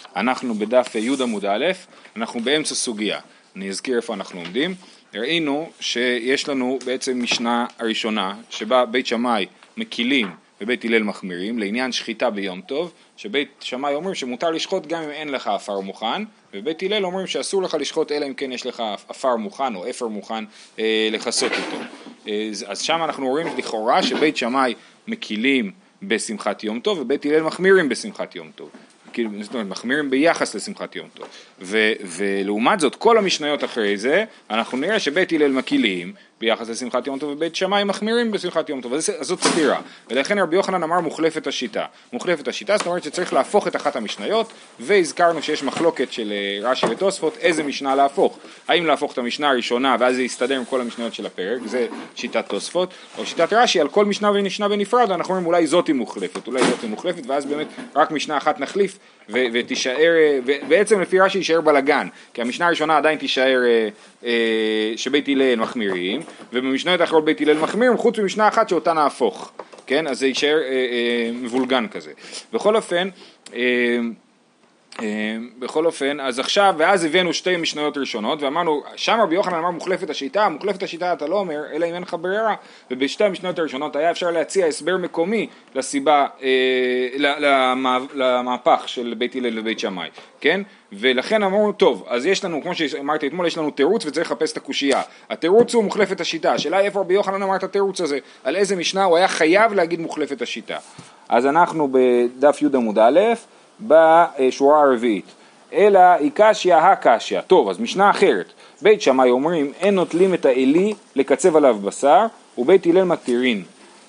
אנחנו בדף י' עמוד א', אנחנו באמצע סוגיה. אני אזכיר איפה אנחנו עומדים. ראינו שיש לנו בעצם משנה הראשונה, שבה בית שמאי מקילים ובית הלל מחמירים, לעניין שחיטה ביום טוב, שבית שמאי אומרים שמותר לשחוט גם אם אין לך אפר מוכן, ובית הלל אומרים שאסור לך לשחוט אלא אם כן יש לך אפר מוכן או אפר מוכן לחסות איתו. אז שם אנחנו רואים לכאורה שבית שמאי מקילים בשמחת יום טוב ובית הלל מחמירים בשמחת יום טוב. כאילו, זאת אומרת, מחמירים ביחס לשמחת יום טוב. ולעומת זאת, כל המשניות אחרי זה, אנחנו נראה שבית הלל מקילים ביחס לשמחת יום טוב, ובית שמאי מחמירים בשמחת יום טוב. אז זאת סתירה. ולכן רבי יוחנן אמר מוחלפת השיטה. מוחלפת השיטה, זאת אומרת שצריך להפוך את אחת המשניות, והזכרנו שיש מחלוקת של רש"י ותוספות, איזה משנה להפוך. האם להפוך את המשנה הראשונה, ואז זה יסתדר עם כל המשניות של הפרק, זה שיטת תוספות, או שיטת רש"י, על כל משנה ומשנה בנפרד, אנחנו אומרים אולי זאת היא מוחלפת, אולי זאת היא מוחלפת, ואז באמת רק משנה אחת נחליף, ותישאר, ובעצם לפי רש"י יישאר בלגן, כי המשנה הראשונה עדיין תישאר שבית הלל מחמירים, ובמשנות האחרות בית הלל מחמירים, חוץ ממשנה אחת שאותה נהפוך, כן? אז זה יישאר מבולגן כזה. בכל אופן, אז עכשיו, ואז הבאנו שתי משניות ראשונות, ואמרנו, שם רבי יוחנן אמר מוחלפת השיטה, מוחלפת השיטה אתה לא אומר, אלא אם אין לך ברירה, ובשתי המשניות הראשונות היה אפשר להציע הסבר מקומי לסיבה, למהפך של בית הלל ובית שמאי, כן? ולכן אמרנו, טוב, אז יש לנו, כמו שאמרתי אתמול, יש לנו תירוץ וצריך לחפש את הקושייה. התירוץ הוא מוחלפת השיטה, השאלה איפה רבי יוחנן אמר את התירוץ הזה, על איזה משנה הוא היה חייב להגיד מוחלפת השיטה. אז אנחנו בדף י' עמוד א', בשורה הרביעית, אלא היא קשיא הקשיא. טוב, אז משנה אחרת, בית שמאי אומרים אין נוטלים את האלי לקצב עליו בשר, ובית הלל מתירין.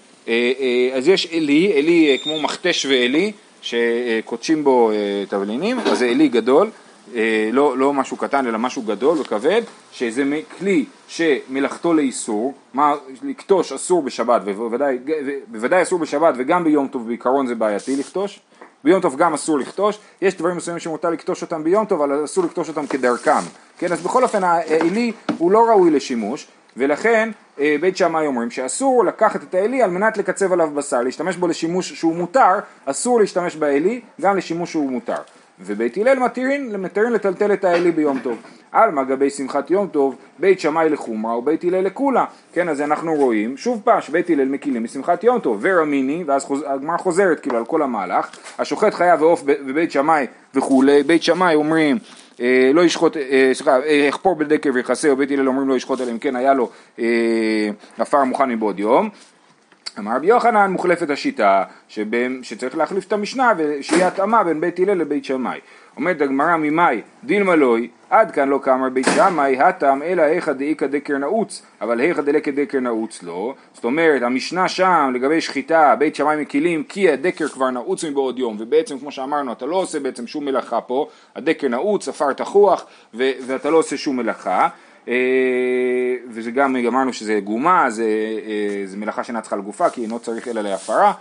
אז יש אלי כמו מכתש ואלי שקודשים בו תבלינים, אז זה אלי גדול, לא משהו קטן אלא משהו גדול וכבד, שזה כלי שמלאכתו לאיסור, לקטוש אסור בשבת, ובוודאי אסור בשבת וגם ביום טוב, בעיקרון זה בעייתי לקטוש, ביום טוב גם אסור לקטוש, יש דברים מסוימים שמותר לקטוש אותם ביום טוב, אבל אסור לקטוש אותם כדרכם, כן? אז בכל אופן האלי הוא לא ראוי לשימוש, ולכן בית שמאי אומרים שאסור לקחת את האלי על מנת לקצב עליו בשר, להשתמש בו לשימוש שהוא מותר, אסור להשתמש באלי גם לשימוש שהוא מותר. ובית הלל מתירין לטלטל את האלי ביום טוב. על מה גבי שמחת יום טוב, בית שמאי לחומרה ובית הלל לכולה. כן, אז אנחנו רואים, שוב פעם, שבית הלל מקילים בשמחת יום טוב, ורמיני, ואז הגמרא חוזרת כאילו על כל המהלך, השוחט חיה ועוף בבית שמאי וכולי, בית שמאי אומרים, לא ישחוט, יחפור בדקר ויחסה, ובית הלל אומרים לא ישחוט, אלא אם כן היה לו אפר מוכן מבעוד יום. אמר רבי יוחנן מוחלפת השיטה שצריך להחליף את המשנה ושיהיה התאמה בין בית הלל לבית שמאי. אומרת הגמרא ממאי דילמה לוי, עד כאן לא כאמר בית שמאי הטעם אלא היכא דאיכא דקר נעוץ, אבל היכא דלקא דקר נעוץ לא. זאת אומרת המשנה שם לגבי שחיטה בית שמאי מקילים כי הדקר כבר נעוץ מבעוד יום, ובעצם כמו שאמרנו אתה לא עושה בעצם שום מלאכה פה, הדקר נעוץ, אפר תחוח ואתה לא עושה שום מלאכה. וזה גם אמרנו שזה גומה, זה מלאכה שאינה צריכה לגופה כי אינו צריך אלא להפרה,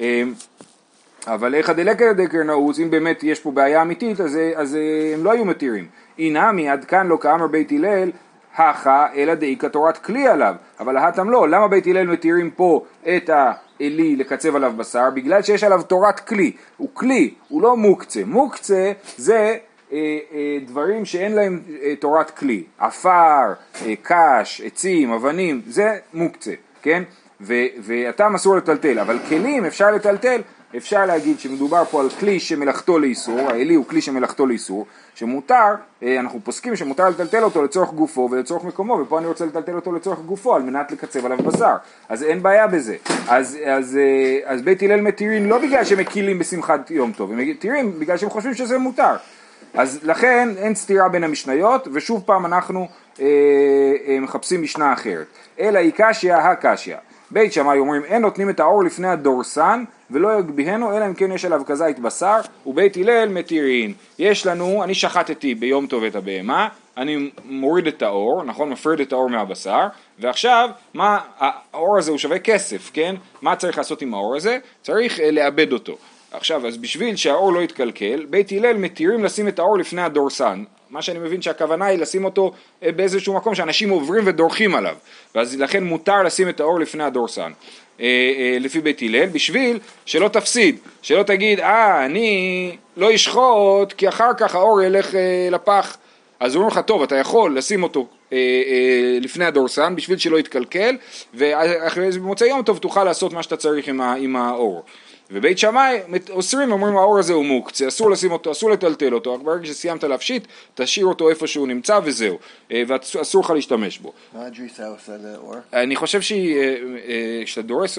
אבל איך הדלקר דקר נעוץ, אם באמת יש פה בעיה אמיתית אז הם לא היו מתירים. אינמי עד כאן לא כאמר בית הלל הכה אלא דאיכא תורת כלי עליו, אבל ההתם לא. למה בית הלל מתירים פה את האלי לקצב עליו בשר? בגלל שיש עליו תורת כלי, הוא כלי, הוא לא מוקצה. מוקצה זה דברים שאין להם תורת כלי, אפר, קש, עצים, אבנים, זה מוקצה, כן? ואתם אסור לטלטל, אבל כלים אפשר לטלטל, אפשר להגיד שמדובר פה על כלי שמלאכתו לאיסור, האלי הוא כלי שמלאכתו לאיסור, שמותר, אנחנו פוסקים שמותר לטלטל אותו לצורך גופו ולצורך מקומו, ופה אני רוצה לטלטל אותו לצורך גופו על מנת לקצב עליו בשר, אז אין בעיה בזה. אז בית הלל מתירים לא בגלל שהם מקילים בשמחת יום טוב, הם מתירים בגלל שהם חושבים שזה מותר. אז לכן אין סתירה בין המשניות, ושוב פעם אנחנו מחפשים משנה אחרת. אלא היא קשיא הקשיא. בית שמאי אומרים אין נותנים את האור לפני הדורסן ולא יגביהנו אלא אם כן יש עליו כזית בשר, ובית הלל מתירים. יש לנו, אני שחטתי ביום טוב את הבהמה, אני מוריד את האור, נכון, מפריד את האור מהבשר, ועכשיו מה האור הזה הוא שווה כסף, כן? מה צריך לעשות עם האור הזה? צריך לאבד אותו. עכשיו, אז בשביל שהאור לא יתקלקל, בית הלל מתירים לשים את האור לפני הדורסן. מה שאני מבין שהכוונה היא לשים אותו באיזשהו מקום שאנשים עוברים ודורכים עליו, ואז לכן מותר לשים את האור לפני הדורסן, לפי בית הלל, בשביל שלא תפסיד, שלא תגיד, אני לא אשחוט כי אחר כך האור ילך לפח, אז הוא אומר לך, טוב, אתה יכול לשים אותו לפני הדורסן בשביל שלא יתקלקל, ואחרי זה במוצאי יום טוב תוכל לעשות מה שאתה צריך עם האור. ובית שמאי אוסרים, אומרים האור הזה הוא מוקצה, אסור לשים אותו, אסור לטלטל אותו, ברגע שסיימת להפשיט, תשאיר אותו איפה שהוא נמצא וזהו, ואסור לך להשתמש בו. מה הדריסה עושה לאור? אני חושב שאתה דורס,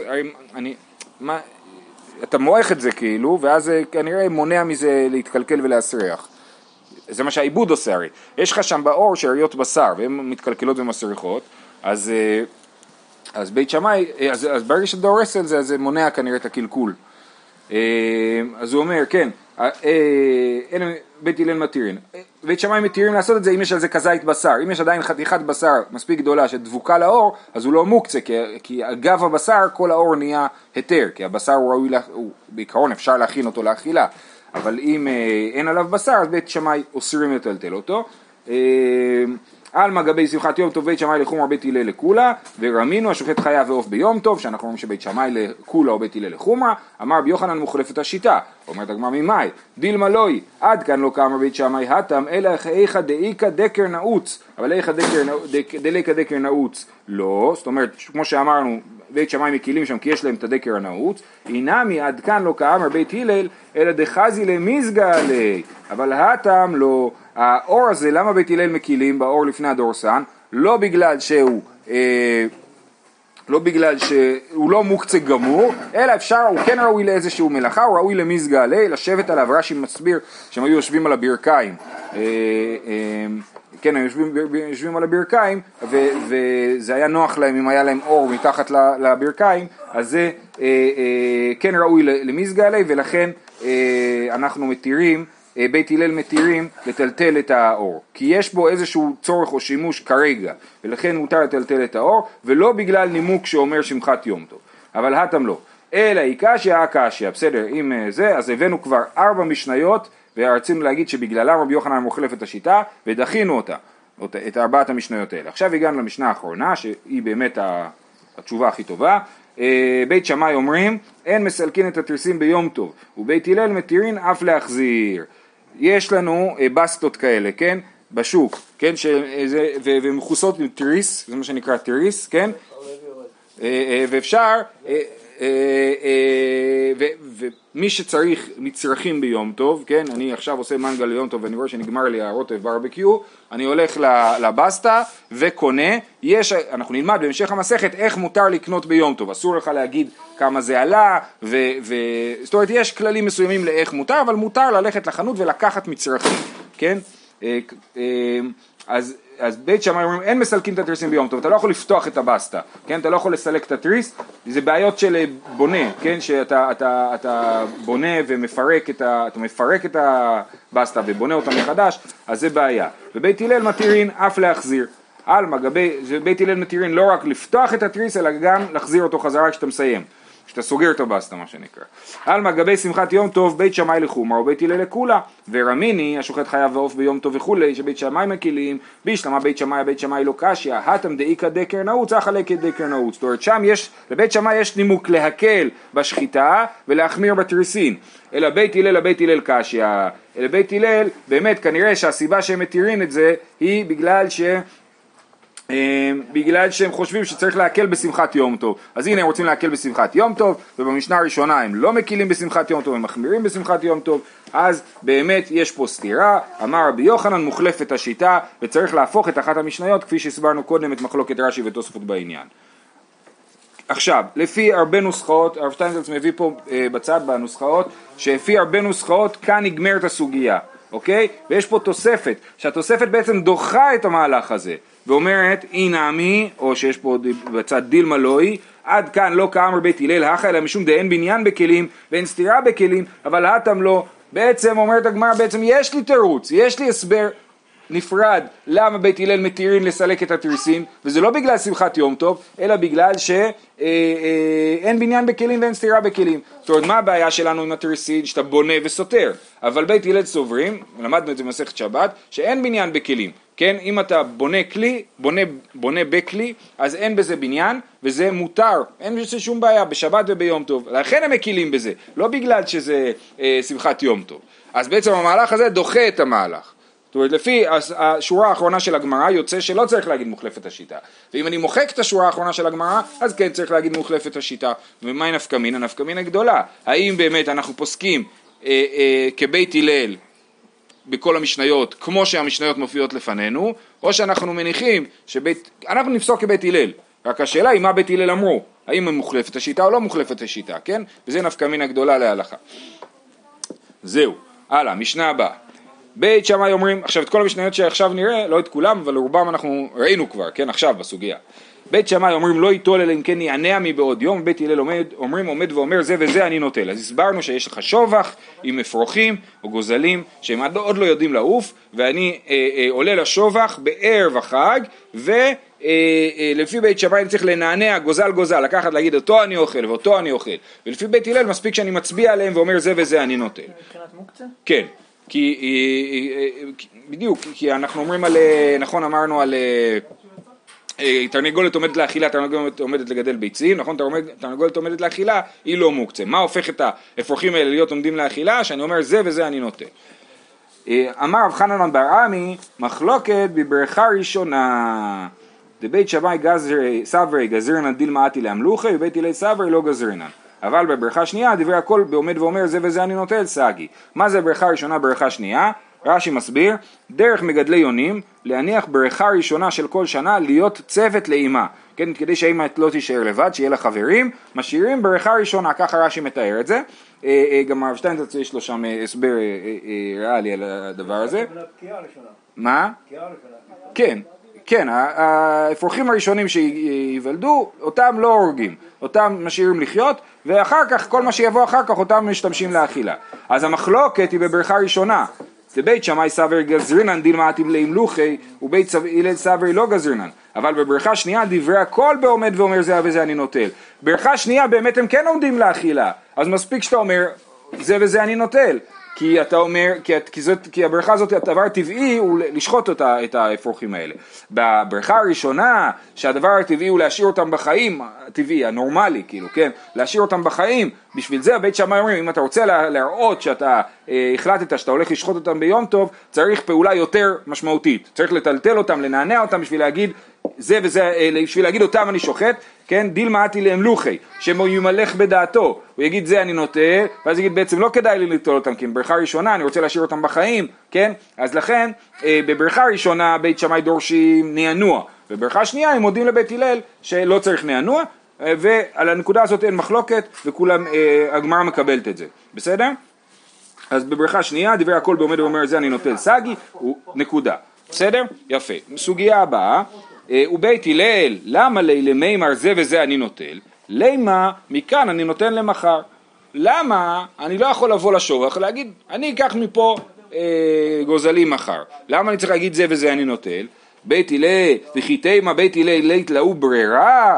אתה מועך את זה כאילו, ואז כנראה מונע מזה להתקלקל ולהסריח. זה מה שהעיבוד עושה הרי. יש לך שם באור שאריות בשר, והן מתקלקלות ומסריחות, אז בית שמאי, אז ברגע שאתה דורס על זה, אז זה מונע כנראה את הקלקול. אז הוא אומר, כן, בית הלל מתירים. בית שמאי מתירים לעשות את זה אם יש על זה כזית בשר. אם יש עדיין חתיכת בשר מספיק גדולה שדבוקה לאור, אז הוא לא מוקצה, כי אגב הבשר כל האור נהיה היתר, כי הבשר הוא ראוי, בעיקרון אפשר להכין אותו לאכילה. אבל אם אין עליו בשר, אז בית שמאי אוסרים לטלטל אותו. על מגבי שמחת יום טוב בית שמאי לחומרה בית הלל לקולה, ורמינו השופט חיה ועוף ביום טוב, שאנחנו אומרים שבית שמאי לקולה או בית הלל לחומרה, אמר רבי יוחנן מוחלפת השיטה, אומרת הגמרא ממאי, דילמה לוי, עד כאן לא כאמר בית שמאי התם, אלא איכא דאיכא דקר נעוץ, אבל איכא דליקא דקר נעוץ לא, זאת אומרת, כמו שאמרנו, בית שמאי מקילים שם כי יש להם את הדקר הנעוץ, אינמי עד כאן לא כאמר בית הלל, אלא דחזי למזגה עלי, אבל התם לא, האור הזה, למה בית הלל מקילים באור לפני הדורסן? לא בגלל שהוא לא מוקצה גמור, אלא אפשר, הוא כן ראוי לאיזשהו מלאכה, הוא ראוי למזגה עלי, לשבת עליו. רש"י מסביר שהם היו יושבים על הברכיים, כן, הם יושבים על הברכיים, וזה היה נוח להם אם היה להם אור מתחת לברכיים, אז זה כן ראוי למזגה עלי, ולכן אנחנו מתירים, בית הלל מתירים לטלטל את האור, כי יש בו איזשהו צורך או שימוש כרגע, ולכן מותר לטלטל את האור, ולא בגלל נימוק שאומר שמחת יום טוב, אבל התם לא, אלא היא קשיא הקשיא, בסדר, אם זה, אז הבאנו כבר 4 משניות, ורצינו להגיד שבגללם רבי יוחנן מוחלף את השיטה, ודחינו אותה, את 4 המשניות האלה. עכשיו הגענו למשנה האחרונה, שהיא באמת התשובה הכי טובה. בית שמאי אומרים, אין מסלקין את התריסים ביום טוב, ובית הלל מתירין אף להחזיר. יש לנו בסטות כאלה, כן? בשוק, כן? ומחוסות עם תריס, זה מה שנקרא תריס, כן? ואפשר, ומי שצריך מצרכים ביום טוב, כן? אני עכשיו עושה מנגל ליום טוב ואני רואה שנגמר לי הרוטב ברבקיו, אני הולך לבסטה וקונה, אנחנו נלמד בהמשך המסכת איך מותר לקנות ביום טוב, אסור לך להגיד כמה זה עלה, זאת אומרת יש כללים מסוימים לאיך מותר, אבל מותר ללכת לחנות ולקחת מצרכים, כן? אז בית שמאי אומרים, אין מסלקים את התריסים ביום טוב, אתה לא יכול לפתוח את הבסטה, כן? אתה לא יכול לסלק את התריס, זה בעיות של בונה, כן? שאתה בונה ומפרק אתה מפרק את הבסטה ובונה אותה מחדש, אז זה בעיה. ובית הלל מתירין אף להחזיר. בית הלל מתירין לא רק לפתוח את התריס, אלא גם להחזיר אותו חזרה כשאתה מסיים. שאתה סוגר את הבסטה, מה שנקרא. על מגבי שמחת יום טוב, בית שמאי לחומרה ובית הלל לקולה, ורמיני, השוחט חייב ועוף ביום טוב וכולי, שבית שמאי מקילים, בישלמה בית שמאי לא קשיא, התם דאיכא דקר נעוץ, החלק דקר נעוץ. זאת אומרת, שם לבית שמאי יש נימוק להקל בשחיטה ולהחמיר בתריסין. אלא בית הלל קשיא. אלא בית הלל, באמת, כנראה שהסיבה שהם מתירים את זה, היא בגלל שהם חושבים שצריך להקל בשמחת יום טוב. אז הנה הם רוצים להקל בשמחת יום טוב, ובמשנה הראשונה הם לא מקילים בשמחת יום טוב, הם מחמירים בשמחת יום טוב, אז באמת יש פה סתירה. אמר רבי יוחנן מוחלף את השיטה, וצריך להפוך את אחת המשניות, כפי שהסברנו קודם את מחלוקת רש"י ותוספות בעניין. עכשיו, לפי הרבה נוסחאות, הרב שטיינזלץ מביא פה בצד בנוסחאות, שלפי הרבה נוסחאות כאן נגמרת הסוגיה, אוקיי? ויש פה תוספת, שהתוספת בעצם דוחה את המהלך הזה, ואומרת, אינמי, או שיש פה בצד דילמה לוי, עד כאן לא כאמר בית הלל הכא, אלא משום דאין בניין בכלים, ואין סתירה בכלים, אבל התם לא, בעצם אומרת הגמרא, בעצם יש לי תירוץ, יש לי הסבר נפרד למה בית הלל מתירים לסלק את התריסים, וזה לא בגלל שמחת יום טוב, אלא בגלל שאין בניין בכלים ואין סתירה בכלים. זאת אומרת, מה הבעיה שלנו עם התריסין? שאתה בונה וסותר, אבל בית הלל סוברים, למדנו את זה במסכת שבת, שאין בניין בכלים. כן, אם אתה בונה כלי, בונה בכלי, אז אין בזה בניין, וזה מותר, אין בזה שום בעיה, בשבת וביום טוב, לכן הם מקילים בזה, לא בגלל שזה שמחת יום טוב. אז בעצם המהלך הזה דוחה את המהלך. זאת אומרת, לפי השורה האחרונה של הגמרא יוצא שלא צריך להגיד מוחלפת השיטה. ואם אני מוחק את השורה האחרונה של הגמרא, אז כן צריך להגיד מוחלפת השיטה. ומהי נפקא מינה? נפקא מינה גדולה. האם באמת אנחנו פוסקים כבית הלל בכל המשניות, כמו שהמשניות מופיעות לפנינו, או שאנחנו מניחים אנחנו נפסוק כבית הלל. רק השאלה היא מה בית הלל אמרו, האם הם מוחלפת השיטה או לא מוחלפת השיטה, כן? וזה נפקא מינה גדולה להלכה. זהו, הלאה, משנה הבאה. בית שמאי אומרים, עכשיו את כל המשניות שעכשיו נראה, לא את כולם, אבל רובם אנחנו ראינו כבר, כן, עכשיו בסוגיה. בית שמאי אומרים לא ייטול אלא אם כן יענע מבעוד יום, בית הלל אומרים עומד ואומר זה וזה אני נוטל. אז הסברנו שיש לך שובח עם אפרוחים או גוזלים שהם עוד לא יודעים לעוף, ואני עולה לשובח בערב החג, ולפי בית שמאי אני צריך לנענע גוזל, לקחת להגיד אותו אני אוכל ואותו אני אוכל, ולפי בית הלל מספיק שאני מצביע עליהם ואומר זה וזה אני נוטל. מבחינת מוקצה? כן. בדיוק, כי אנחנו אומרים על, נכון אמרנו על תרנגולת עומדת לאכילה, תרנגולת עומדת לגדל ביצים, נכון, תרנגולת עומדת לאכילה, היא לא מוקצה. מה הופך את האפרוחים האלה להיות עומדים לאכילה? שאני אומר זה וזה אני נוטה. אמר רב חנן בר עמי, מחלוקת בברכה ראשונה, דבית שמאי סברי גזרנן דילמאתי להמלוכי, ובית הלל סברי לא גזרנן. אבל בברכה שנייה דברי הכל בעומד ואומר זה וזה אני נוטל סגי. מה זה ברכה ראשונה ברכה שנייה? רש"י מסביר, דרך מגדלי יונים להניח ברכה ראשונה של כל שנה להיות צוות לאימה, כן, כדי שהאימא לא תישאר לבד, שיהיה לה חברים, משאירים ברכה ראשונה, ככה רש"י מתאר את זה. גם הרב שטיינזלץ יש לו שם הסבר ריאלי על הדבר הזה. מה? כן. כן, האפרוחים הראשונים שיוולדו, אותם לא הורגים, אותם משאירים לחיות, ואחר כך, כל מה שיבוא אחר כך, אותם משתמשים לאכילה. אז המחלוקת היא בברכה ראשונה, זה בית שמאי סברי גזרינן דילמאתי להמלוכי, ובית הלל סברי לא גזרינן. אבל בברכה שנייה דברי הכל בעומד ואומר זה וזה אני נוטל. ברכה שנייה באמת הם כן עומדים לאכילה, אז מספיק שאתה אומר זה וזה אני נוטל. כי אתה אומר, כי הברכה הזאת, הדבר הטבעי הוא לשחוט את האפרוחים האלה. בברכה הראשונה, שהדבר הטבעי הוא להשאיר אותם בחיים, הטבעי, הנורמלי, כאילו, כן, להשאיר אותם בחיים, בשביל זה הבית שמאי אומרים, אם אתה רוצה להראות שאתה החלטת שאתה הולך לשחוט אותם ביום טוב, צריך פעולה יותר משמעותית, צריך לטלטל אותם, לנענע אותם בשביל להגיד, זה וזה, בשביל להגיד אותם אני שוחט, כן, דילמאתי להמלוכי, שימלך בדעתו, הוא יגיד זה אני נוטה, ואז יגיד בעצם לא כדאי לי לטול אותם, כי בברכה ראשונה אני רוצה להשאיר אותם בחיים, כן, אז לכן בברכה ראשונה בית שמאי דורשים נענוע, בברכה שנייה הם מודים לבית הלל שלא צריך נענוע, ועל הנקודה הזאת אין מחלוקת, וכולם, הגמרא מקבלת את זה, בסדר? אז בברכה שנייה דברי הכל בעומד ואומר זה אני נוטל סגי, הוא נקודה, בסדר? יפה. סוגיה הבאה, ובית הלל, למה למימר זה וזה אני נוטל? למה מכאן אני נותן למחר? למה אני לא יכול לבוא לשובח להגיד אני אקח מפה גוזלים מחר? למה אני צריך להגיד זה וזה אני נוטל? בית הלל וכי תימא בית הלל לית לאו ברירה?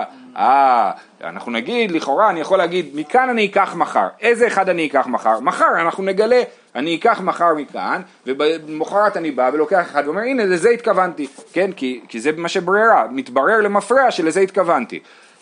אנחנו נגיד לכאורה אני יכול להגיד מכאן אני אקח מחר. איזה אחד אני אקח מחר? מחר אנחנו נגלה אני אקח מחר מכאן, ובמחרת אני בא ולוקח אחד ואומר, הנה לזה התכוונתי, כן? כי זה מה שברירה, מתברר למפרע שלזה התכוונתי.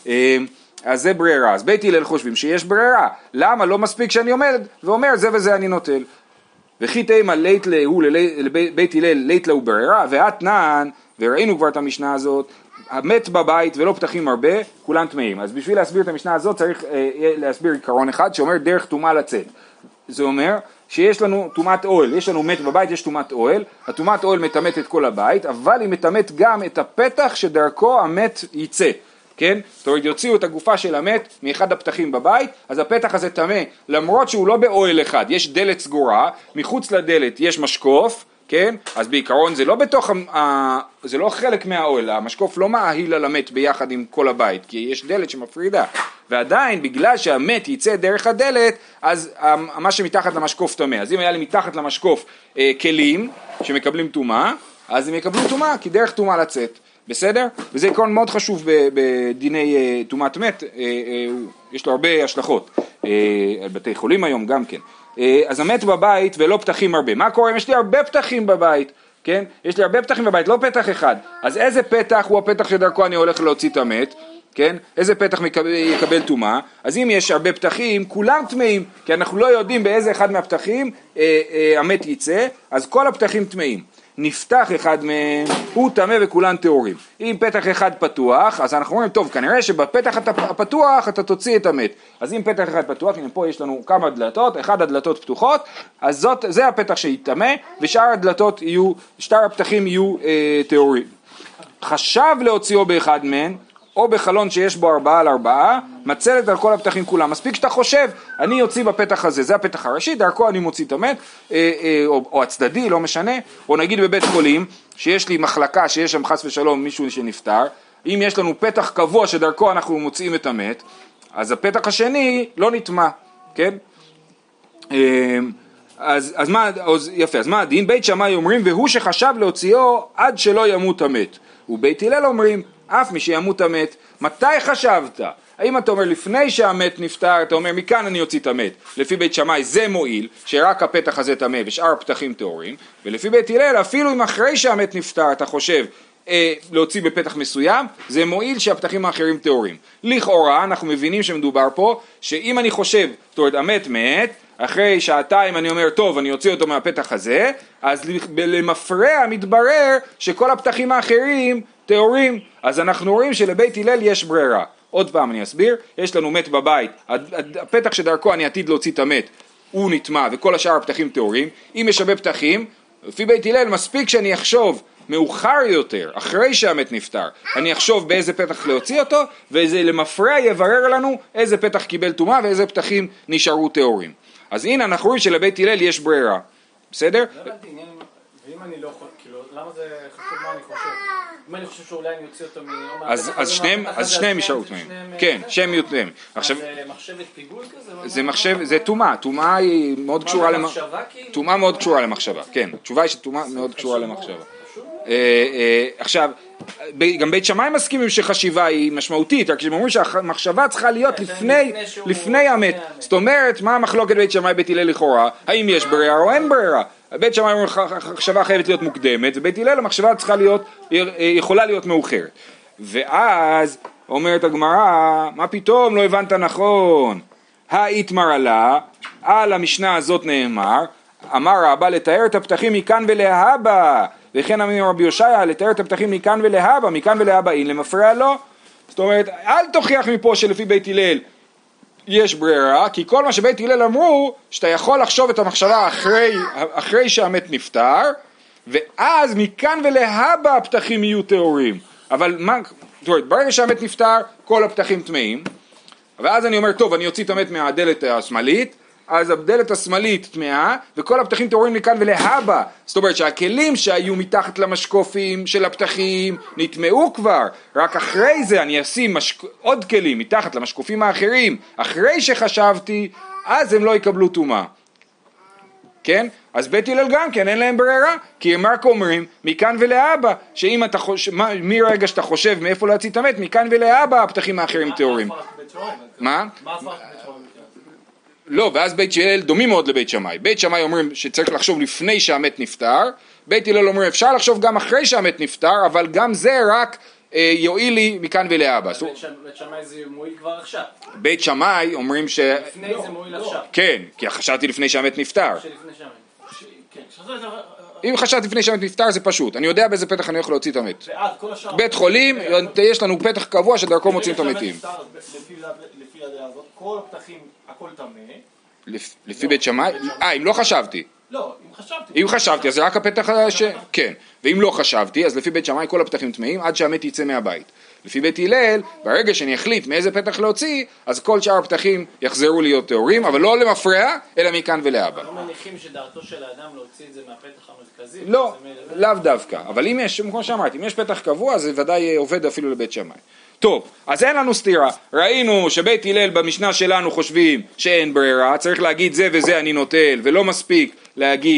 אז זה ברירה, אז בית הלל חושבים שיש ברירה, למה? לא מספיק שאני עומד ואומר זה וזה אני נוטל. וכי תימא לית להוא לבית הלל לית להוא ברירה, ואתנן, וראינו כבר את המשנה הזאת, המת בבית ולא פתחים הרבה, כולם טמאים. אז בשביל להסביר את המשנה הזאת צריך להסביר עיקרון אחד שאומר דרך טומאה לצאת. זה אומר שיש לנו טומאת אוהל, יש לנו מת בבית, יש טומאת אוהל, הטומאת אוהל מטמאת את כל הבית, אבל היא מטמאת גם את הפתח שדרכו המת ייצא, כן? זאת אומרת, יוציאו את הגופה של המת מאחד הפתחים בבית, אז הפתח הזה טמא, למרות שהוא לא באוהל אחד, יש דלת סגורה, מחוץ לדלת יש משקוף, כן? אז בעיקרון זה לא בתוך, זה לא חלק מהאוהל, המשקוף לא מאהיל על המת ביחד עם כל הבית, כי יש דלת שמפרידה, ועדיין בגלל שהמת יצא דרך הדלת, אז מה שמתחת למשקוף טמא. אז אם היה לי מתחת למשקוף כלים שמקבלים טומאה, אז הם יקבלו טומאה, כי דרך טומאה לצאת, בסדר? וזה עקרון מאוד חשוב בדיני טומאת מת, יש לו הרבה השלכות, על בתי חולים היום גם כן. אז המת בבית ולא פתחים הרבה, מה קורה אם יש לי הרבה פתחים בבית? כן? יש לי הרבה פתחים בבית, לא פתח אחד, אז איזה פתח הוא הפתח שדרכו אני הולך להוציא את המת? כן? איזה פתח יקבל טומאה? אז אם יש הרבה פתחים, כולם טמאים, כי אנחנו לא יודעים באיזה אחד מהפתחים המת יצא, אז כל הפתחים טמאים. נפתח אחד מהם, הוא טמא וכולן טהורים. אם פתח אחד פתוח, אז אנחנו אומרים, טוב, כנראה שבפתח הפתוח אתה תוציא את המת. אז אם פתח אחד פתוח, הנה פה יש לנו כמה דלתות, אחד הדלתות פתוחות, אז זה הפתח שיטמא, ושאר הפתחים יהיו טהורים. חשב להוציאו באחד מהם, או בחלון שיש בו 4x4, מצלת על כל הפתחים כולם. מספיק שאתה חושב, אני יוציא בפתח הזה, זה הפתח הראשי, דרכו אני מוציא את המת, או הצדדי, לא משנה, או נגיד בבית חולים, שיש לי מחלקה, שיש שם חס ושלום מישהו שנפטר, אם יש לנו פתח קבוע שדרכו אנחנו מוציאים את המת, אז הפתח השני לא נטמע, כן? אז מה הדין? בית שמאי אומרים, והוא שחשב להוציאו עד שלא ימות המת. ובית הלל אומרים, אף מי שימות המת. מתי חשבת? האם אתה אומר לפני שהמת נפטר, אתה אומר מכאן אני אוציא את המת. לפי בית שמאי זה מועיל, שרק הפתח הזה טמא ושאר הפתחים טהורים, ולפי בית הלל אפילו אם אחרי שהמת נפטר אתה חושב להוציא בפתח מסוים, זה מועיל שהפתחים האחרים טהורים. לכאורה אנחנו מבינים שמדובר פה, שאם אני חושב, זאת אומרת המת מת, אחרי שעתיים אני אומר טוב אני אוציא אותו מהפתח הזה, אז למפרע מתברר שכל הפתחים האחרים טהורים, אז אנחנו רואים שלבית הלל יש ברירה. עוד פעם אני אסביר, יש לנו מת בבית, הפתח שדרכו אני עתיד להוציא את המת הוא נטמע וכל השאר הפתחים טהורים. אם יש הרבה פתחים, לפי בית הלל מספיק שאני אחשוב מאוחר יותר, אחרי שהמת נפטר, אני אחשוב באיזה פתח להוציא אותו, וזה למפרע יברר לנו איזה פתח קיבל טומאה ואיזה פתחים נשארו טהורים. אז הנה אנחנו רואים שלבית הלל יש ברירה, בסדר? ואם אני לא יכול, כאילו, למה זה חשוב מה אני חושב? אם אני חושב שאולי אני יוציא אותו אז שניהם יישארו טמאים. כן, שהם יהיו טמאים. זה מחשבת פיגול כזה? זה טומאה, טומאה היא מאוד קשורה למחשבה. טומאה מאוד קשורה למחשבה, כן. התשובה היא שטומאה מאוד קשורה למחשבה. עכשיו, גם בית שמאי מסכימים שחשיבה היא משמעותית, רק שהם אומרים שהמחשבה צריכה להיות לפני המת. זאת אומרת, מה המחלוקת בית שמאי בית הלל לכאורה? האם יש ברירה או אין ברירה? בית שמאי אומר המחשבה חייבת להיות מוקדמת, ובית הלל המחשבה צריכה להיות, יכולה להיות מאוחרת. ואז אומרת הגמרא, מה פתאום לא הבנת נכון? האיתמר עלה, על המשנה הזאת נאמר, אמר רבא לתאר את הפתחים מכאן ולהבא, וכן אמר רבי יושעיה לתאר את הפתחים מכאן ולהבא, מכאן ולהבא אין למפרע לא. זאת אומרת, אל תוכיח מפה שלפי בית הלל יש ברירה, כי כל מה שבית הלל אמרו, שאתה יכול לחשוב את המחשבה אחרי שהמת נפטר, ואז מכאן ולהבא הפתחים יהיו טהורים. אבל מה, זאת אומרת, ברגע שהמת נפטר, כל הפתחים טמאים, ואז אני אומר, טוב, אני אוציא את המת מהדלת השמאלית, אז הדלת השמאלית טמאה, וכל הפתחים טהורים מכאן ולהבא. זאת אומרת שהכלים שהיו מתחת למשקופים של הפתחים נטמאו כבר, רק אחרי זה אני אשים עוד כלים מתחת למשקופים האחרים, אחרי שחשבתי, אז הם לא יקבלו טומאה. כן? אז בית הלל גם כן אין להם ברירה, כי הם רק אומרים מכאן ולהבא, שאם אתה חושב, מרגע שאתה חושב מאיפה להוציא את המת, מכאן ולהבא הפתחים האחרים טהורים. מה? לא, ואז בית הלל דומים מאוד לבית שמאי. בית שמאי אומרים שצריך לחשוב לפני שהמת נפטר, בית הלל אומרים אפשר לחשוב גם אחרי שהמת נפטר, אבל גם זה רק יועיל לי מכאן ולהבא. בית שמאי זה מועיל כבר עכשיו. בית שמאי אומרים ש... לפני זה מועיל עכשיו. כן, כי חשבתי לפני שהמת נפטר. אם חשבתי לפני שהמת נפטר זה פשוט, אני יודע באיזה פתח אני יכול להוציא את המת. בית חולים, יש לנו פתח קבוע שדרכו מוצאים את המתים. לפי הדעה הזאת, כל הפתחים, הכל טמא. לפי בית שמאי? אם לא חשבתי. לא, אם חשבתי, אז זה רק הפתח כן. ואם לא חשבתי, אז לפי בית שמאי כל הפתחים טמאים עד שהמת יצא מהבית. לפי בית הלל, ברגע שאני אחליט מאיזה פתח להוציא, אז כל שאר הפתחים יחזרו להיות טהורים, אבל לא למפרע, אלא מכאן ולהבא. לא מניחים שדעתו של האדם להוציא את זה מהפתח המרכזי? לא, לאו דווקא. אבל אם יש, כמו שאמרתי, אם יש פתח קבוע, זה ודאי עובד אפילו לבית שמאי. טוב, אז אין לנו סתירה. ראינו שבית הלל במשנה שלנו חושבים שאין ברירה, צריך להגיד זה וזה אני נוטל, ולא מספיק להגיד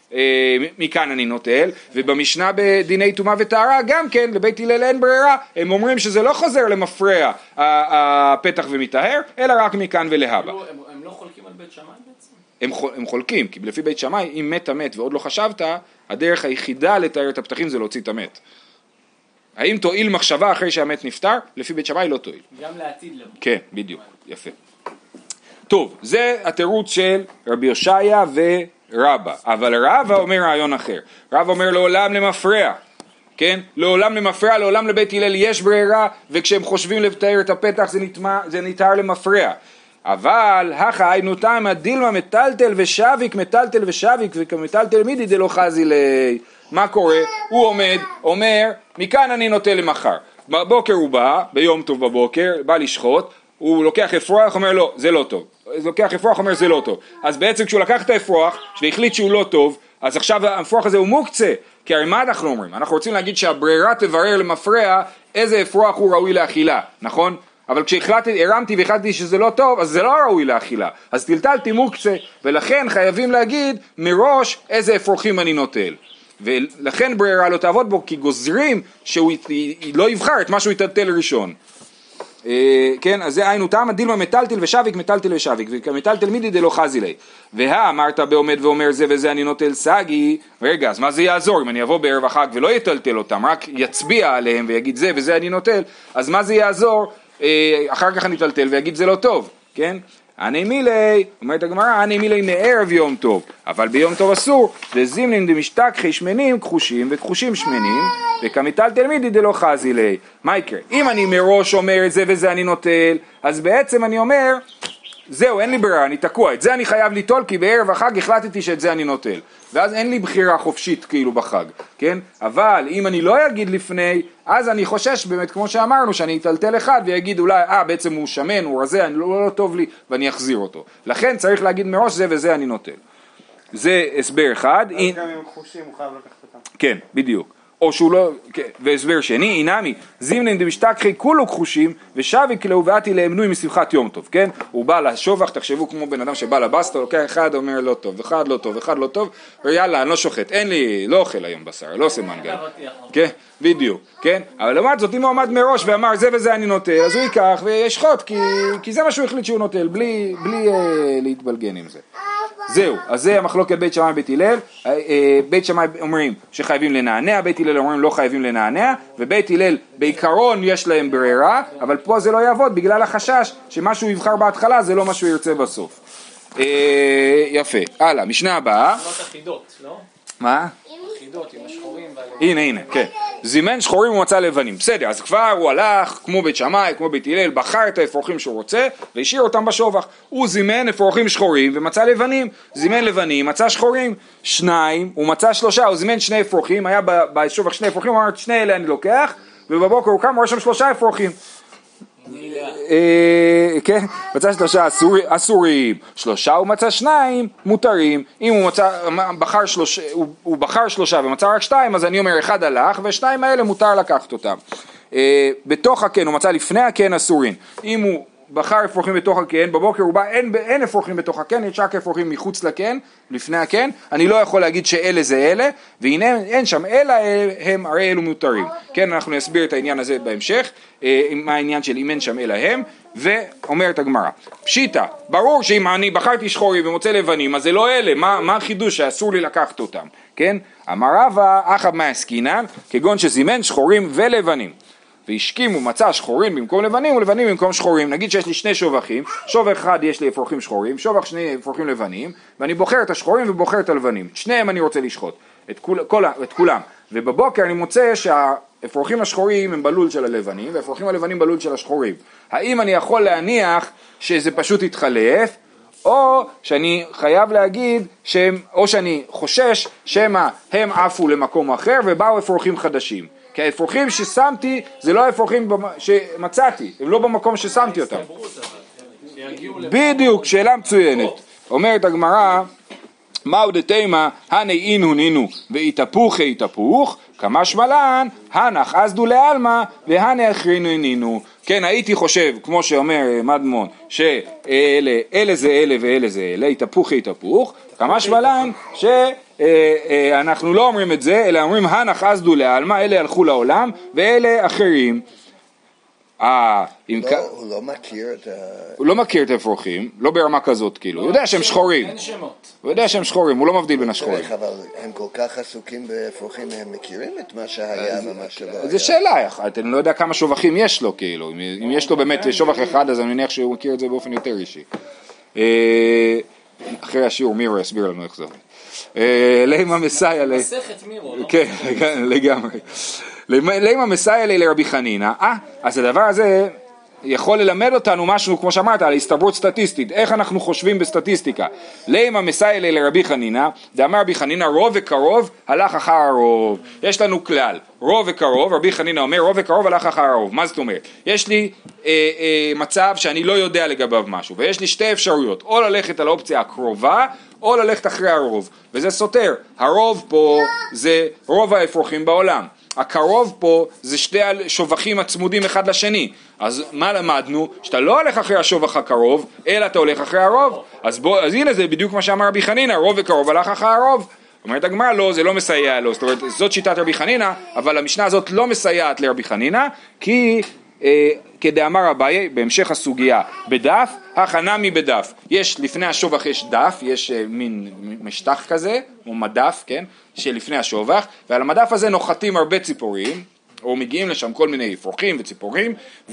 מכאן אני נוטל, ובמשנה בדיני טומאה וטהרה גם כן, לבית הלל אין ברירה, הם אומרים שזה לא חוזר למפרע הפתח ומטהר, אלא רק מכאן ולהבא. הם לא חולקים על בית שמאי בעצם? הם חולקים, כי לפי בית שמאי, אם מת המת ועוד לא חשבת, הדרך היחידה לתאר את הפתחים זה להוציא את המת. האם תועיל מחשבה אחרי שהמת נפטר? לפי בית שמאי לא תועיל. גם לעתיד לא. כן, בדיוק, יפה. טוב, זה התירוץ של רבי יושעיה ורבא, אבל רבא אומר רעיון אחר. רבא אומר לעולם למפרע, כן? לעולם למפרע, לעולם לבית הלל יש ברירה, וכשהם חושבים לתאר את הפתח זה נתאר למפרע. אבל הכא היינו תמה דילמה מטלטל ושביק, מטלטל ושביק, וכמטלטל מידי דלא חזי לי. מה קורה? הוא אומר, מכאן אני נוטה למחר. בבוקר הוא בא, ביום טוב בבוקר, בא לשחוט, הוא לוקח אפרוח, אומר לא, זה לא טוב. לוקח אפרוח, אומר זה לא טוב. אז בעצם כשהוא לקח את האפרוח, והחליט שהוא לא טוב, אז עכשיו האפרוח הזה הוא מוקצה. כי הרי מה אנחנו אומרים? אנחנו רוצים להגיד שהברירה תברר למפרע איזה אפרוח הוא ראוי לאכילה, נכון? אבל כשהרמתי והחלטתי שזה לא טוב, אז זה לא ראוי לאכילה. אז טלטלתי מוקצה, ולכן חייבים להגיד מראש איזה אפרוחים אני נוטל. ולכן ברירה לא תעבוד בו, כי גוזרים שהוא לא יבחר את מה שהוא יטלטל ראשון. כן, אז זה היינו תמה דילמה מטלטל ושביק, מטלטל ושביק, וכמטלטל מידי דלא חזי לי. אמרת בעומד ואומר זה וזה אני נוטל סגי. רגע, אז מה זה יעזור אם אני אבוא בערב החג ולא יטלטל אותם, רק יצביע עליהם ויגיד זה וזה אני נוטל, אז מה זה יעזור? אחר כך אני אטלטל ויגיד זה לא טוב, כן? אני מילי, אומרת הגמרא, אני מילי מערב יום טוב, אבל ביום טוב אסור, וזימנים דמשתכחי שמנים כחושים וכחושים שמנים, וכמטלטל מידי דלא חזי לי. מה יקרה? אם אני מראש אומר את זה וזה אני נוטל, אז בעצם אני אומר, זהו, אין לי ברירה, אני תקוע, את זה אני חייב ליטול, כי בערב החג החלטתי שאת זה אני נוטל. ואז אין לי בחירה חופשית כאילו בחג, כן? אבל אם אני לא אגיד לפני, אז אני חושש באמת, כמו שאמרנו, שאני אטלטל אחד ויגיד אולי, בעצם הוא שמן, הוא רזה, לא טוב לי, ואני אחזיר אותו. לכן צריך להגיד מראש זה וזה אני נוטל. זה הסבר אחד. אז גם אם חושים הוא חייב לקחת אותם. כן, בדיוק. או שהוא לא, והסבר שני, אינמי, זימנין דמשתכחי כולו כחושים, ושביק לו ואתי לאמנוי משמחת יום טוב, כן? הוא בא לשובח, תחשבו כמו בן אדם שבא לבסטה, לוקח אחד אומר לא טוב, אחד לא טוב, אחד לא טוב, ויאללה, אני לא שוחט, אין לי, לא אוכל היום בשר, לא עושה מנגל. כן, בדיוק, כן? אבל לעומת זאת, אם הוא עמד מראש ואמר זה וזה אני נוטל, אז הוא ייקח וישחוט, כי זה מה שהוא החליט שהוא נוטל, בלי להתבלגן עם זה. זהו, אז זה המחלוקת בית שמאי ובית הלל. בית שמאי אומרים שחייבים לנענע, בית הלל אומרים לא חייבים לנענע, ובית הלל בעיקרון יש להם ברירה, אבל פה זה לא יעבוד בגלל החשש שמה שהוא יבחר בהתחלה זה לא מה שהוא ירצה בסוף. יפה, הלאה, משנה הבאה. לא אחידות, לא? מה? אחידות עם השחורים. הנה, כן. זימן שחורים ומצא לבנים. בסדר, אז כבר הוא הלך, כמו בית שמאי, כמו בית הלל, בחר את האפרוחים שהוא רוצה, והשאיר אותם בשובח. הוא זימן אפרוחים שחורים ומצא לבנים. זימן לבנים, מצא שחורים. שניים, הוא מצא שלושה, הוא זימן שני אפרוחים, היה בשובח שני אפרוחים, הוא אמר, שני אלה אני לוקח, ובבוקר הוא קם, הוא רואה שם שלושה אפרוחים. כן, מצא שלושה אסורים, שלושה הוא מצא שניים מותרים. אם הוא בחר שלושה ומצא רק שתיים, אז אני אומר אחד הלך ושניים האלה מותר לקחת אותם. בתוך הקן הוא מצא לפני הקן אסורים. אם הוא בחר אפרוחים בתוך הקן, בבוקר הוא בא, אין אפרוחים בתוך הקן, יש רק אפרוחים מחוץ לקן, לפני הקן, אני לא יכול להגיד שאלה זה אלה, והנה אין שם אלא הם, הרי אלו מותרים. כן, אנחנו נסביר את העניין הזה בהמשך, מה העניין של אם אין שם אלא הם, ואומרת הגמרא, פשיטה, ברור שאם אני בחרתי שחורים ומוצא לבנים, אז זה לא אלה, מה החידוש שאסור לי לקחת אותם, כן? אמר רבא, אחא מעסקינן, כגון שזימן שחורים ולבנים. והשכימו מצא שחורים במקום לבנים ולבנים במקום שחורים. נגיד שיש לי שני שובחים, שובח אחד יש לי אפרוחים שחורים, שובח שני אפרוחים לבנים, ואני בוחר את השחורים ובוחר את הלבנים. את שניהם אני רוצה לשחוט, את כולם. ובבוקר אני מוצא שהאפרוחים השחורים הם בלול של הלבנים, והאפרוחים הלבנים בלול של השחורים. האם אני יכול להניח שזה פשוט יתחלף, או שאני חייב להגיד או שאני חושש שמה הם עפו למקום אחר ובאו אפרוחים חדשים. כי האפרוחים ששמתי זה לא האפרוחים שמצאתי, הם לא במקום ששמתי אותם. בדיוק, שאלה מצוינת. אומרת הגמרא, מהו דתימה, הנה אינו נינו והתהפוך התהפוך, כמה שמלן, הנח אסדו לעלמא והנה אחרינו נינו. כן, הייתי חושב, כמו שאומר מדמון, שאלה זה אלה ואלה זה אלה, התהפוך התהפוך, כמה שמלן אנחנו לא אומרים את זה, אלא אומרים הנח עזדו לעלמא, אלה הלכו לעולם ואלה אחרים. הוא לא מכיר את הוא לא מכיר את האפרוחים, לא ברמה כזאת כאילו, הוא יודע שהם שחורים. אין שמות. הוא יודע שהם שחורים, הוא לא מבדיל בין השחורים. אבל הם כל כך עסוקים באפרוחים, הם מכירים את מה שהיה ומה שלא היה. זה שאלה, אני לא יודע כמה שובחים יש לו כאילו, אם יש לו באמת שובח אחד אז אני מניח שהוא מכיר את זה באופן יותר אישי. אחרי השיעור מירו יסביר לנו איך זה עובד. לימה מסייע מסכת מירו, לא? כן, לגמרי. לימה מסייע לרבי חנינא. אז הדבר הזה יכול ללמד אותנו משהו, כמו שאמרת, על הסתברות סטטיסטית. איך אנחנו חושבים בסטטיסטיקה? לימה מסייע לרבי חנינא, דאמר רבי חנינא, רוב וקרוב הלך אחר הרוב. יש לנו כלל, רוב וקרוב, רבי חנינא אומר, רוב וקרוב הלך אחר הרוב. מה זאת אומרת? יש לי מצב שאני לא יודע לגביו משהו, ויש לי שתי אפשרויות, או ללכת על האופציה הקרובה, או ללכת אחרי הרוב, וזה סותר. הרוב פה זה רוב האפרוחים בעולם. הקרוב פה זה שתי שובחים הצמודים אחד לשני. אז מה למדנו? שאתה לא הולך אחרי השובח הקרוב, אלא אתה הולך אחרי הרוב. אז הנה זה בדיוק מה שאמר רבי חנינא, רוב וקרוב הלך אחרי הרוב. אומרת הגמרא, לא, זה לא מסייע לו. זאת אומרת, זאת שיטת רבי חנינא, אבל המשנה הזאת לא מסייעת לרבי חנינא, כי כדאמר אביי, בהמשך הסוגיה, בדף, הכנמי בדף. יש, לפני השובח יש דף, יש מין משטח כזה, או מדף, כן, שלפני השובח, ועל המדף הזה נוחתים הרבה ציפורים, או מגיעים לשם כל מיני אפרוחים וציפורים,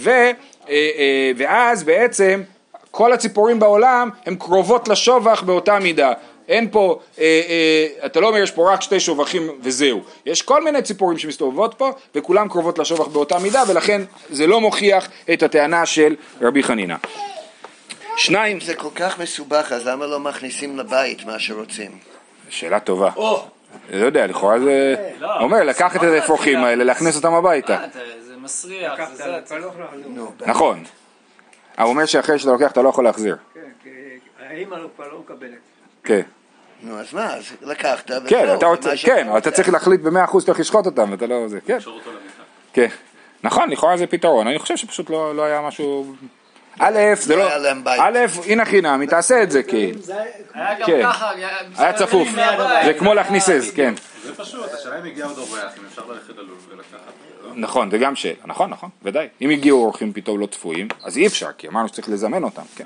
ואז בעצם כל הציפורים בעולם הן קרובות לשובח באותה מידה. אין פה, אתה לא אומר יש פה רק שתי שובחים וזהו. יש כל מיני ציפורים שמסתובבות פה וכולם קרובות לשובח באותה מידה, ולכן זה לא מוכיח את הטענה של רבי חנינא. שניים. זה כל כך מסובך, אז למה לא מכניסים לבית מה שרוצים? שאלה טובה. לא יודע, לכאורה זה אומר לקחת את האפרוחים האלה, להכניס אותם הביתה. זה מסריח. נכון. הוא אומר שאחרי שאתה לוקח אתה לא יכול להחזיר. כן, כי האמא כבר לא מקבלת. כן. נו, אז מה? אז לקחת וזהו. כן, אתה צריך להחליט ב100% שאתה לשחוט אותם, ואתה לא זה, כן. כן. נכון, לכאורה זה פתרון. אני חושב שפשוט לא היה משהו... זה לא... הנה חינם, תעשה את זה, כן. היה גם ככה... היה צפוף. זה כמו להכניס עז, כן. זה פשוט, השאלה אם הגיע עוד אורח, אם אפשר ללכת ללול ולקחת. נכון, זה גם שאלה. נכון, ודאי. אם הגיעו אורחים פתאום לא צפויים, אז אי אפשר, כי אמרנו שצריך לזמן אותם, כן.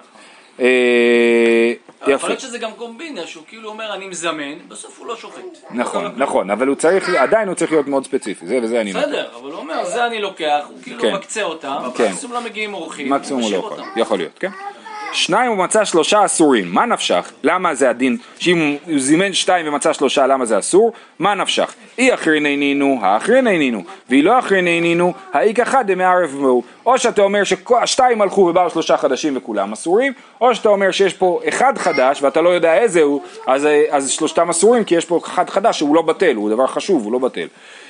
יכול להיות שזה גם קומבינה, שהוא כאילו אומר אני מזמן, בסוף הוא לא שופט. נכון, אבל עדיין הוא צריך להיות מאוד ספציפי, זה וזה אני נותן. בסדר, אבל הוא אומר, זה אני לוקח, הוא כאילו מקצה אותם, מקסימום לא מגיעים אורחים, מקסימום הוא לא יכול, יכול להיות, כן? 2 ומצא 3 אסורים, מה נפשך? למה זה הדין? שאם הוא זימן 2 ומצא 3, למה זה אסור? מה נפשך? אי אחרין אינינו, האחרין אינינו, והיא לא אחרין אינינו, האיק אחד דמערב בו. או שאתה אומר ש2 הלכו ובאו 3 חדשים וכולם אסורים, או שאתה אומר שיש פה אחד חדש ואתה לא יודע איזה הוא, אז 3 אסורים, כי יש פה אחד חדש שהוא לא בטל, הוא דבר חשוב, הוא לא בטל.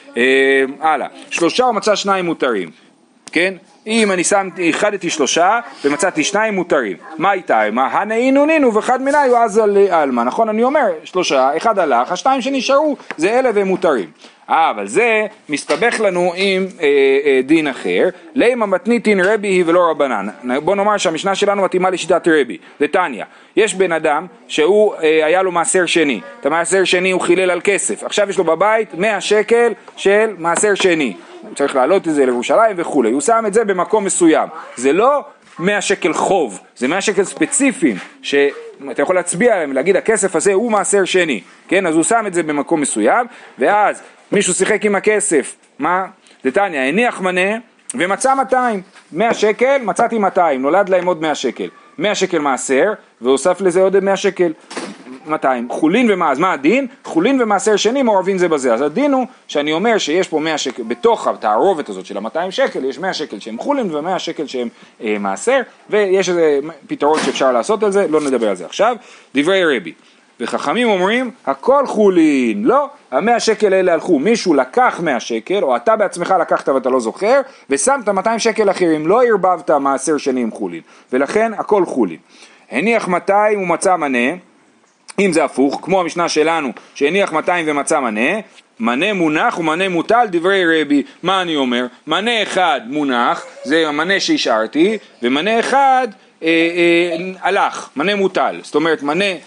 הלאה, 3 ומצא 2 מותרים, כן? אם אני איחדתי 3 ומצאתי 2 מותרים, מה איתה? הנעינו נינו ואחד מנהיו אז על אלמה, נכון? אני אומר 3, אחד הלך, 2 שנשארו זה אלה והם מותרים. אבל זה מסתבך לנו עם דין אחר, לימה מתניתין רבי היא ולא רבנן. בוא נאמר שהמשנה שלנו מתאימה לשיטת רבי, לתניא. יש בן אדם שהוא היה לו מעשר שני, את המעשר שני הוא חילל על כסף, עכשיו יש לו בבית 100 שקל של מעשר שני, הוא צריך לעלות את זה לירושלים וכו', הוא שם את זה במקום מסוים, זה לא 100 שקל חוב, זה 100 שקל ספציפיים, שאתה יכול להצביע עליהם ולהגיד הכסף הזה הוא מעשר שני, כן? אז הוא שם את זה במקום מסוים, ואז מישהו שיחק עם הכסף, מה? זה תניא, הניח מנה ומצא 200, 100 שקל, מצאתי 200, נולד להם עוד 100 שקל, 100 שקל מעשר, והוסף לזה עוד 100 שקל, 200, חולין ומה, אז מה הדין? חולין ומעשר שני מעורבים זה בזה, אז הדין הוא שאני אומר שיש פה 100 שקל, בתוך התערובת הזאת של ה-200 שקל, יש 100 שקל שהם חולין ו100 שקל שהם מעשר, ויש איזה פתרון שאפשר לעשות על זה, לא נדבר על זה עכשיו. דברי רבי, וחכמים אומרים, הכל חולין, לא, 100 שקל האלה הלכו, מישהו לקח 100 שקל, או אתה בעצמך לקחת ואתה לא זוכר, ושמת 200 שקל אחרים, לא הרבבת מעשר שני עם חולין, ולכן הכל חולין. הניח 200 ומצא מנה, אם זה הפוך, כמו המשנה שלנו, שהניח 200 ומצא מנה, מנה מונח ומנה מוטל, דברי רבי, מה אני אומר? מנה אחד מונח, זה המנה שהשארתי, ומנה אחד הלך, מנה מוטל, זאת אומרת מנה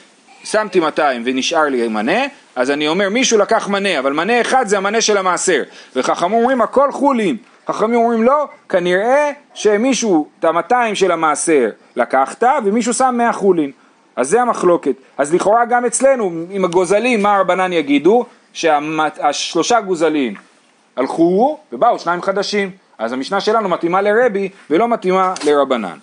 שמתי 200 ונשאר לי מנה, אז אני אומר מישהו לקח מנה, אבל מנה אחד זה המנה של המעשר, וחכמים אומרים הכל חולין, חכמים אומרים לא, כנראה שמישהו את ה200 של המעשר לקחת ומישהו שם 100 חולין, אז זה המחלוקת. אז לכאורה גם אצלנו עם הגוזלים מה הרבנן יגידו? שהשלושה גוזלים הלכו ובאו 2 חדשים, אז המשנה שלנו מתאימה לרבי ולא מתאימה לרבנן.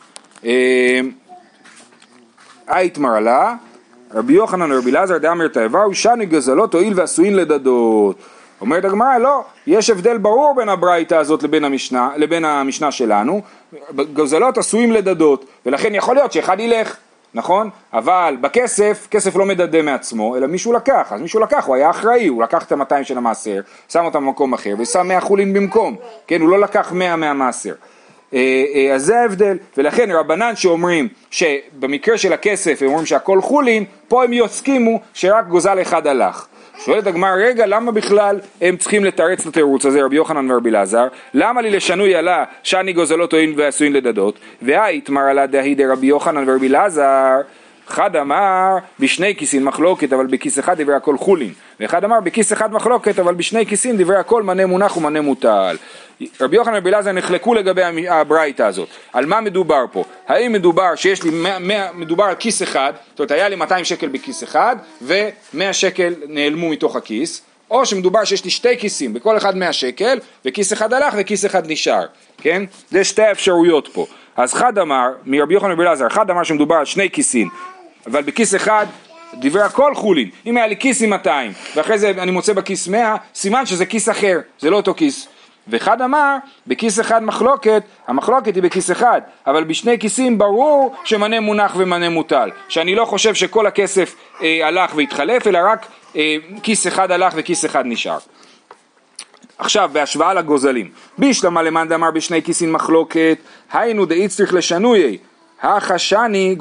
היתמר לה רבי יוחנן ורבי אלעזר דאמר תאיברו שני גזלות הואיל ועשוין לדדות. אומרת הגמרא לא, יש הבדל ברור בין הברייתא הזאת לבין המשנה שלנו, גזלות עשויים לדדות ולכן יכול להיות שאחד ילך, נכון? אבל בכסף, כסף לא מדדה מעצמו, אלא מישהו לקח, אז מישהו לקח, הוא היה אחראי, הוא לקח את ה200 של המעשר, שם אותם במקום אחר ושם 100 חולין במקום, כן? הוא לא לקח 100 מהמעשר. אז זה ההבדל, ולכן רבנן שאומרים שבמקרה של הכסף הם אומרים שהכל חולין, פה הם יסכימו שרק גוזל אחד הלך. שואלת הגמרא, רגע, למה בכלל הם צריכים לתרץ את התירוץ הזה, רבי יוחנן ורבי אלעזר? למה לי לשנוי עלה שאני גוזלות הואיל ועשוין לדדות? והיתמר עלה דהי דרבי יוחנן ורבי אלעזר, אחד אמר בשני כיסין מחלוקת אבל בכיס אחד דברי הכל חולין, ואחד אמר בכיס אחד מחלוקת אבל בשני כיסין דברי הכל מנה מונח ומנה מוטל. רבי יוחנן ורבי אלעזר נחלקו לגבי הברייתא הזאת. על מה מדובר פה? האם מדובר שיש לי מדובר על כיס אחד, זאת אומרת היה לי 200 שקל בכיס אחד ו100 שקל נעלמו מתוך הכיס, או שמדובר שיש לי 2 כיסים, בכל אחד 100 שקל וכיס אחד הלך וכיס אחד נשאר, כן? זה שתי האפשרויות פה. אז אחד אמר, מרבי יוחנן ורבי אלעזר, אחד אמר שמדובר על 2 כיסים, אבל בכיס אחד דברי הכל חולין. אם היה לי כיס עם 200 ואחרי זה אני מוצא בכיס 100, סימן שזה כיס אחר, זה לא אותו כיס. ואחד אמר בכיס אחד מחלוקת, המחלוקת היא בכיס אחד, אבל בשני כיסים ברור שמנה מונח ומנה מוטל, שאני לא חושב שכל הכסף הלך והתחלף, אלא רק כיס אחד הלך וכיס אחד נשאר. עכשיו בהשוואה לגוזלים, בישלמה למאן דאמר בשני כיסין מחלוקת, היינו דאית צריך לשנויי החשני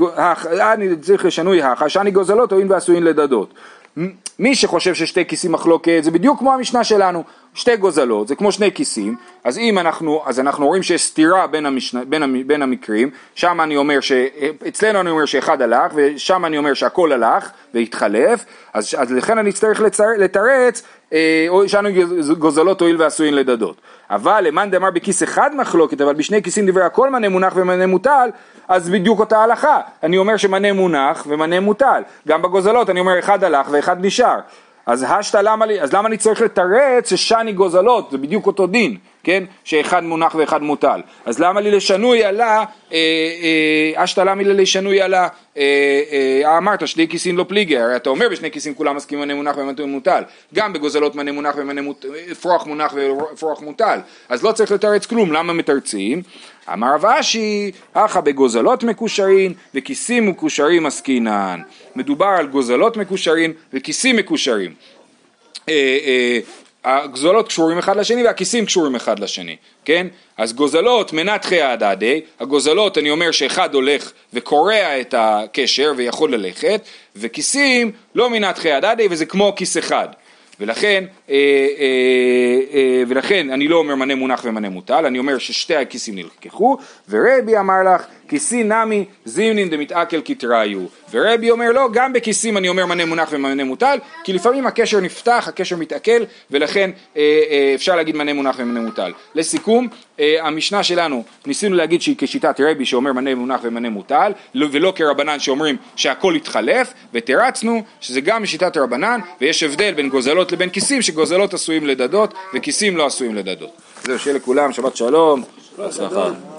גוזלות הואין ועשוין לדדות. מי שחושב ששתי כיסים מחלוקת זה בדיוק כמו המשנה שלנו, 2 גוזלות זה כמו 2 כיסים, אז אנחנו רואים שיש סתירה בין המקרים, שם אני אומר אצלנו אני אומר שאחד הלך ושם אני אומר שהכל הלך והתחלף, אז לכן אני צריך לתרץ שאני גוזלות הואיל ועשוין לדדות. אבל למאן דאמר בכיס אחד מחלוקת אבל בשני כיסים דברי הכל מנה מונח ומנה מוטל, אז בדיוק אותה הלכה, אני אומר שמנה מונח ומנה מוטל, גם בגוזלות אני אומר אחד הלך ואחד נשאר, אז למה אני צריך לתרץ ששני גוזלות, זה בדיוק אותו דין, כן? שאחד מונח ואחד מוטל, אז למה לי לשנוי עלה, למה לי לשנוי עלה, אמרת שני כיסים לא פליגי, הרי אתה אומר בשני כיסים כולם מסכימים מנה מונח ומנה מוטל, גם בגוזלות מנה מונח ומנה פרוח מונח ופרוח מוטל, אז לא צריך לתרץ כלום, למה מתרצים? אמר רב אשי, אחא בגוזלות מקושרים וכיסים מקושרים עסקינן. מדובר על גוזלות מקושרים וכיסים מקושרים. הגוזלות קשורים אחד לשני והכיסים קשורים אחד לשני, כן? אז גוזלות מנתחי הדדי, הגוזלות אני אומר שאחד הולך וקורע את הקשר ויכול ללכת, וכיסים לא מנתחי הדדי וזה כמו כיס אחד. ולכן אני לא אומר מנה מונח ומנה מוטל, אני אומר ששתי הכיסים נלקחו, ורבי אמר לך כיסי נמי זימנין דמתעקל כתראיו, ורבי אומר לא, גם בכיסים אני אומר מנה מונח ומנה מוטל, כי לפעמים הקשר נפתח, הקשר מתעקל, ולכן אפשר להגיד מנה מונח ומנה מוטל. לסיכום, המשנה שלנו ניסינו להגיד שהיא כשיטת רבי שאומר מנה מונח ומנה מוטל, ולא כרבנן שאומרים שהכל יתחלף, ותרצנו שזה גם משיטת רבנן, ויש הבדל בין גוזלות לבין כיסים, שגוזלות עשויים לדדות וכיסים לא עשויים לדדות. זהו, שיהיה לכולם, שבת שלום.